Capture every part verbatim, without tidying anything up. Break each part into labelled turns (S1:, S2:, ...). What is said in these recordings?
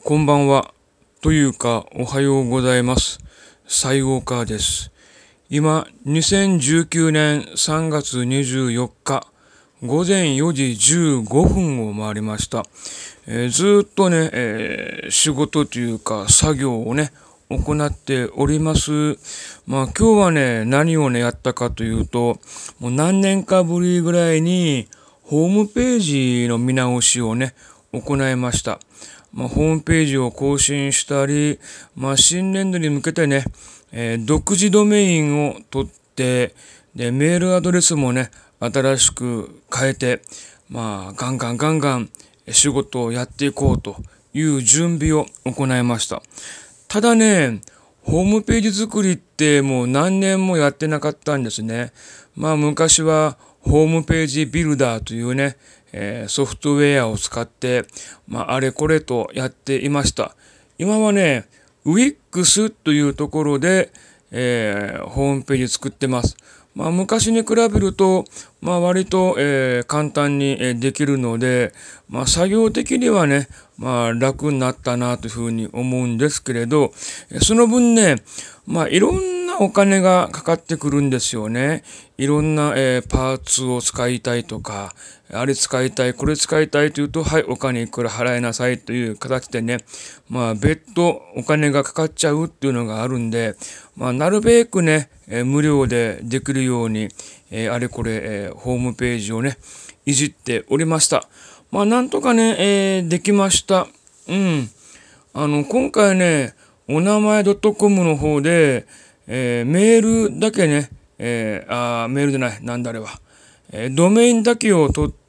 S1: こんばんは。というか、おはようございます。西岡です。今、にせんじゅうきゅうねんさんがつにじゅうよっか、ごぜんよじじゅうごふんを回りました。えー、ずーっとね、えー仕事というか、作業をね、行っております。まあ今日はね、何をね、やったかというと、もう何年かぶりぐらいに、ホームページの見直しをね、行いました。まあ、ホームページを更新したり、まあ、新年度に向けてね、えー独自ドメインを取って、で、メールアドレスもね、新しく変えて、まあ、ガンガンガンガン仕事をやっていこうという準備を行いました。ただね、ホームページ作りってもう何年もやってなかったんですね。まあ昔はホームページビルダーというね、えーソフトウェアを使って、まああれこれとやっていました。今はね、ウィックス というところで、えーホームページ作ってます。まあ昔に比べると、まあ割と、えー簡単にえーできるので、まあ作業的にはね、まあ楽になったなというふうに思うんですけれど、えーその分ね、まあいろんなお金がかかってくるんですよね。いろんな、えーパーツを使いたいとか、あれ使いたい、これ使いたいというと、はい、お金いくら払いなさいという形でね、まあ別途お金がかかっちゃうっていうのがあるんで、まあなるべくね、えー無料でできるように、えーあれこれ、えーホームページをね、いじっておりました。まあなんとかね、えーできました。うん。あの、今回ね、お名前 .com の方で、えーメールだけね、えーあーメールじゃない、なんだあれは。えードメインだけを取って、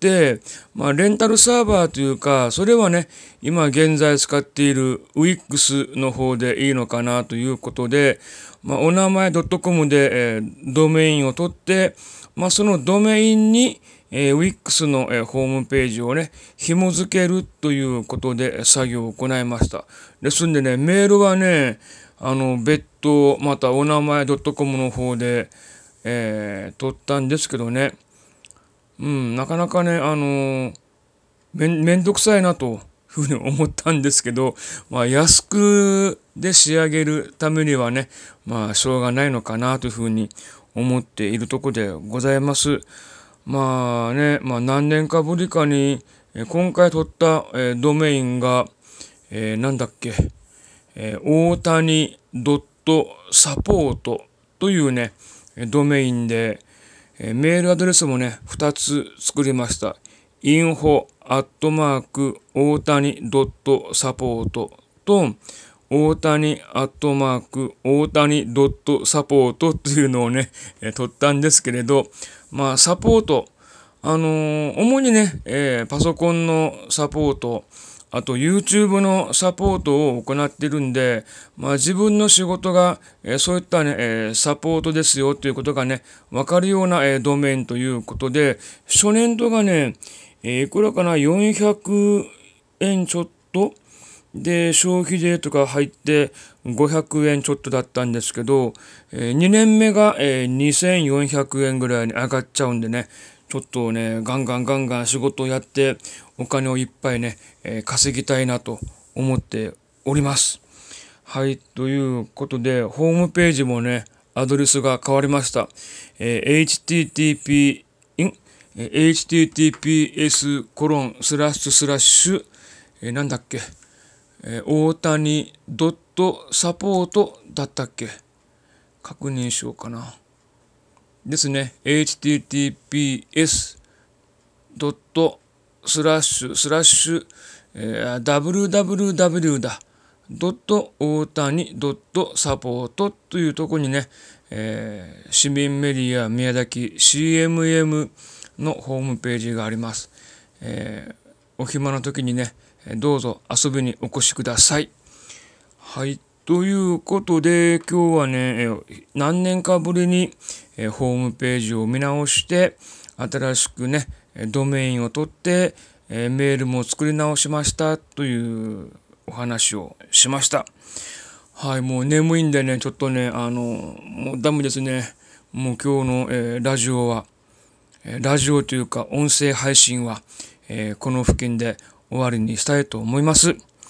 S1: まあ、レンタルサーバーというか、それはね、今現在使っている ウィックス の方でいいのかなということで、まあ、お名前 .com で、えードメインを取って、まあ、そのドメインに、えー、ウィックス の、えーホームページをね、紐付けるということで作業を行いました。ですんでね、メールはね、あの、別途、またお名前 .com の方で、えー取ったんですけどね、うん、なかなかね、あのーめん、めんどくさいなというふうに思ったんですけど、まあ、安くで仕上げるためにはね、まあ、しょうがないのかなというふうに思っているところでございます。まあね、まあ、何年かぶりかに、えー今回取った、えードメインが、えーなんだっけ、えー大谷ドットサポートというね、えードメインで、えーメールアドレスもね、ふたつ作りました。インフォアットマーク大谷ドットサポートと、大谷アットマーク大谷ドットサポートというのをね、えー取ったんですけれど、まあ、サポート、あのー主にね、えーパソコンのサポート、あと YouTube のサポートを行っているんで、まあ自分の仕事が、えーそういったね、えーサポートですよということがね、わかるような、えードメインということで、初年度がね、えーいくらかな、よんひゃくえんちょっとで、消費税とか入ってごひゃくえんちょっとだったんですけど、えーにねんめが、えーにせんよんひゃくえんぐらいに上がっちゃうんでね、ちょっとね、ガンガンガンガン仕事をやって、お金をいっぱいね、えー稼ぎたいなと思っております。はい、ということで、ホームページもね、アドレスが変わりました。えー エイチティーティーピー んえー エイチティーティーピーエス コロンスラッシュスラッシュ、えーなんだっけ、えー大谷ドットサポートだったっけ、確認しようかな。ですね。エイチティーティーピーエス ドットスラッシュスラッシュ、えー、ダブリューダブリューダブリュー だ。ドット大谷ドットサポートというところにね、えー市民メディア宮崎 シーエムエム のホームページがあります。えーお暇な時にね、どうぞ遊びにお越しください。はい。ということで、今日はね、えー何年かぶりに、えーホームページを見直して、新しくね、えードメインを取って、えーメールも作り直しましたというお話をしました。はい、もう眠いんでね、ちょっとね、あの、もうダメですね。もう今日の、えーラジオは、えーラジオというか音声配信は、えーこの付近で終わりにしたいと思います。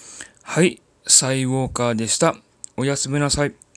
S1: はい、サイウォーカーでした。おやすみなさい。